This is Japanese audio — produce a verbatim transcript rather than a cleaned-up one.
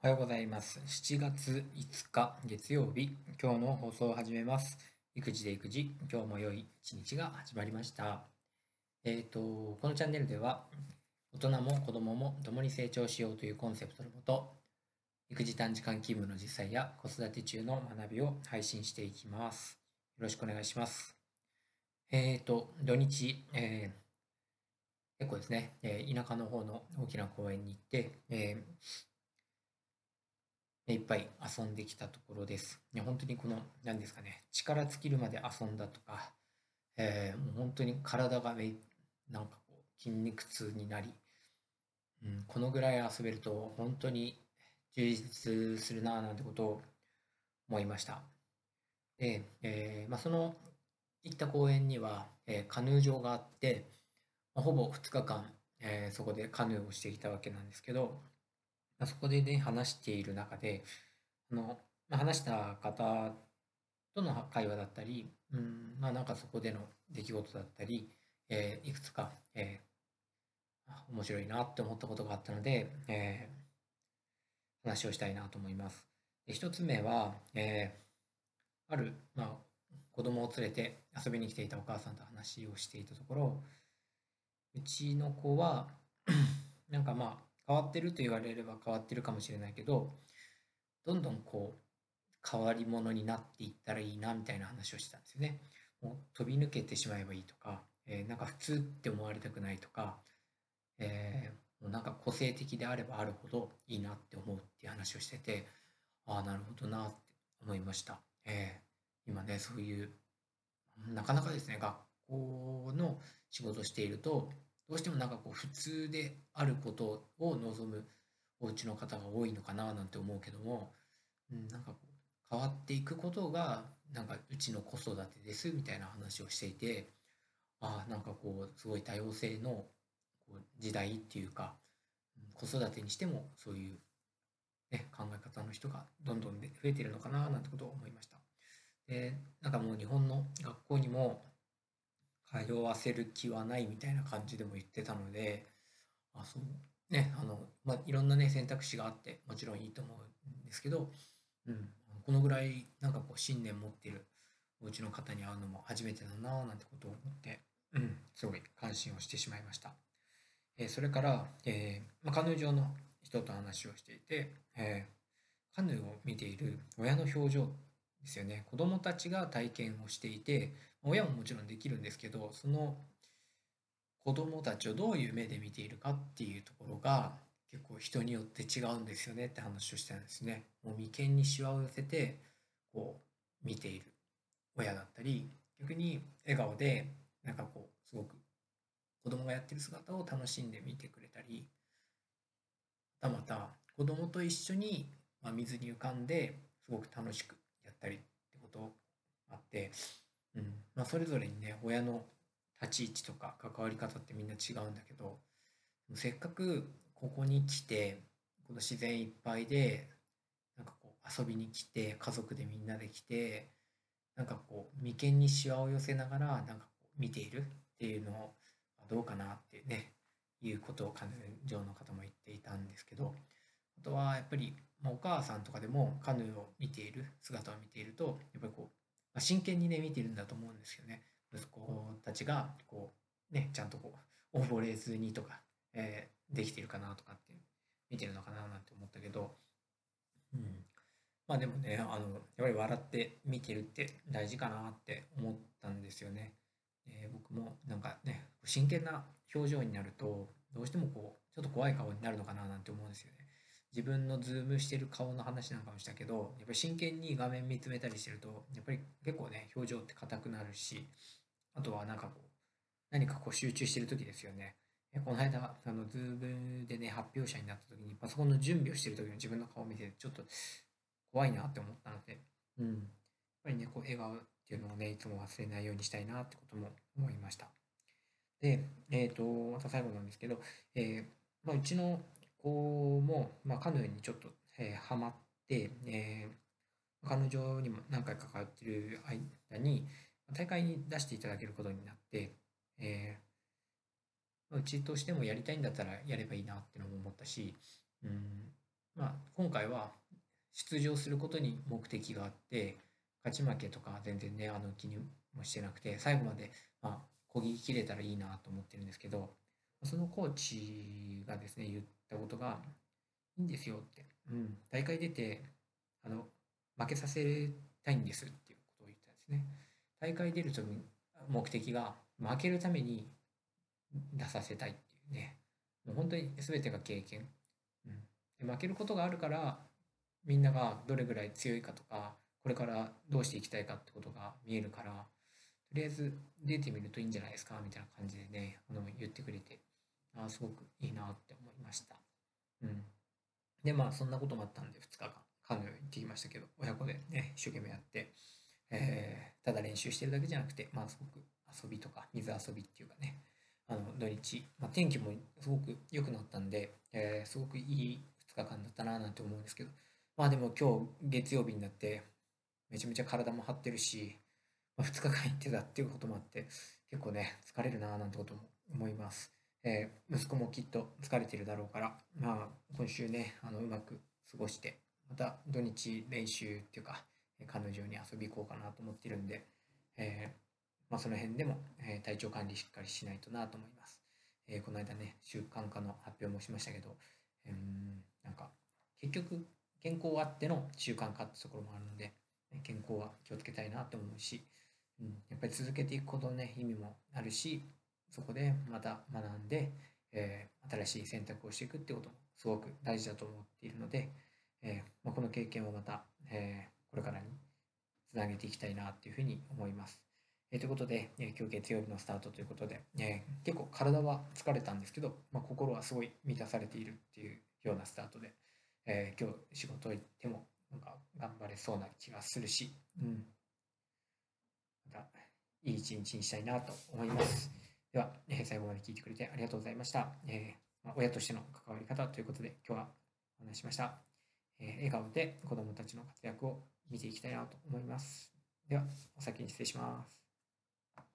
おはようございます。しちがついつか月曜日、今日の放送を始めます。育児で育児、今日も良い一日が始まりました。えっと、このチャンネルでは、大人も子供も共に成長しようというコンセプトのもと、育児短時間勤務の実際や子育て中の学びを配信していきます。よろしくお願いします。えっと、土日、えー結構ですね、えー田舎の方の大きな公園に行って、えー目いっぱい遊んできたところです。いや、本当にこの、何ですかね、力尽きるまで遊んだとか、えーもう本当に体がめい、なんかこう、筋肉痛になり、うん、このぐらい遊べると本当に充実するなぁなんてことを思いました。で、えーまあ、その行った公園には、えーカヌー場があって、まあ、ほぼふつかかん、えーそこでカヌーをしてきたわけなんですけど、まあ、そこでね、話している中で、あの、まあ、話した方との会話だったり、うん、まあなんかそこでの出来事だったり、えーいくつか、えーあ面白いなって思ったことがあったので、えー話をしたいなと思います。で、一つ目は、えーある、まあ、子供を連れて遊びに来ていたお母さんと話をしていたところ、うちの子はなんかまあ変わってると言われれば変わってるかもしれないけど、どんどんこう変わり者になっていったらいいなみたいな話をしてたんですよね。もう飛び抜けてしまえばいいとか、えーなんか普通って思われたくないとか、えーもうなんか個性的であればあるほどいいなって思うっていう話をしてて、ああ、なるほどなって思いました。えー今ね、そういう、なかなかですね、学校の仕事をしていると、どうしてもなんかこう普通であることを望むお家の方が多いのかななんて思うけども、うん、なんかこう変わっていくことがなんかうちの子育てですみたいな話をしていて、ああなんかこうすごい多様性のこう時代っていうか、うん子育てにしてもそういう、ね、考え方の人がどんどんね増えているのかななんてことを思いました。で、なんかもう日本の学校にも通わせる気はないみたいな感じでも言ってたので、あ、そうね、あの、まあ、いろんなね選択肢があってもちろんいいと思うんですけど、うん、このぐらいなんかこう信念持っているお家の方に会うのも初めてだなぁなんてことを思って、うん、すごい感心をしてしまいました。えーそれから、えーまあ、カヌー上の人と話をしていて、えーカヌーを見ている親の表情ですよね。子供たちが体験をしていて、親ももちろんできるんですけど、その子供たちをどういう目で見ているかっていうところが結構人によって違うんですよねって話をしたんですね。もう眉間にしわを寄せてこう見ている親だったり、逆に笑顔でなんかこうすごく子供がやってる姿を楽しんで見てくれたり、またまた子供と一緒に、まあ、水に浮かんですごく楽しくやったりってことがあって、うんまあ、それぞれにね親の立ち位置とか関わり方ってみんな違うんだけど、せっかくここに来てこの自然いっぱいでなんかこう遊びに来て家族でみんなで来て、なんかこう眉間にしわを寄せながらなんかこう見ているっていうのをどうかなってねいうことを彼女の方も言っていたんですけど、あとはやっぱり、まあ、お母さんとかでもカヌーを見ている姿を見ているとやっぱりこう、まあ、真剣にね見ているんだと思うんですよね。息子たちがこうねちゃんとこう溺れずにとか、えーできているかなとかって見てるのかななんて思ったけど、うん、まあでもね、あの、やっぱり笑って見てるって大事かなって思ったんですよね。えー僕もなんかね、真剣な表情になると、どうしてもこう、ちょっと怖い顔になるのかななんて思うんですよね。自分のズームしてる顔の話なんかもしたけど、やっぱり真剣に画面見つめたりしてると、やっぱり結構ね、表情って硬くなるし、あとはなんかこう、何かこう集中してる時ですよね。えこの間、あの、ズームでね、発表者になった時に、パソコンの準備をしてる時の自分の顔を見て、ちょっと怖いなって思ったので、うん。やっぱりね、こう、笑顔っていうのをね、いつも忘れないようにしたいなってことも思いました。で、えっと、また最後なんですけど、えーまあ、うちの子も、まあ、カヌーにちょっと、えーハマって、えーカヌー場にも何回か通ってる間に、大会に出していただけることになって、えーまあうちとしてもやりたいんだったらやればいいなっていうのも思ったし、うん、まあ、 今回は出場することに目的があって、勝ち負けとか全然ね、あの気にもしてなくて、最後まで、まあ、漕ぎ切れたらいいなと思ってるんですけど、そのコーチがですね、言ったことが、いいんですよって、うん、大会出て、あの、負けさせたいんですっていうことを言ったんですね。大会出ると目的が負けるために出させたいっていうね、もう本当に全てが経験。うん、で負けることがあるから、みんながどれぐらい強いかとか、これからどうしていきたいかってことが見えるから、とりあえず出てみるといいんじゃないですかみたいな感じでね、あの言ってくれて、あすごくいいなって思いました。うん。で、まあ、そんなこともあったんで、ふつかかん、カヌー行ってきましたけど、親子でね、一生懸命やって、えーただ練習してるだけじゃなくて、まあ、すごく遊びとか、水遊びっていうかね、あの土日、まあ、天気もすごく良くなったんで、えーすごくいいふつかかんだったななんて思うんですけど、まあでも今日月曜日になって、めちゃめちゃ体も張ってるし、まあ、ふつかかん行ってたっていうこともあって、結構ね、疲れるなぁなんてことも思います。えー息子もきっと疲れてるだろうから、まあ、今週ね、あの、うまく過ごして、また土日練習っていうか、えー彼女に遊び行こうかなと思ってるんで、えーまあ、その辺でも、えー体調管理しっかりしないとなと思います。えーこの間ね、習慣化の発表もしましたけど、うーん、なんか、結局、健康あっての習慣化ってところもあるので、健康は気をつけたいなと思うし、うん、やっぱり続けていくことのね、意味もあるし、そこでまた学んで、えー新しい選択をしていくってこともすごく大事だと思っているので、えーまあ、この経験をまた、えーこれからにつなげていきたいなっていうふうに思います。えーということで、えー今日月曜日のスタートということで、えー結構体は疲れたんですけど、まあ、心はすごい満たされているっていうようなスタートで、えー今日仕事行ってもなんか頑張れそうな気がするし、うん、またいい一日にしたいなと思います。では、えー最後まで聞いてくれてありがとうございました。えーまあ、親としての関わり方ということで今日はお話ししました。えー笑顔で子どもたちの活躍を見ていきたいなと思います。では、お先に失礼します。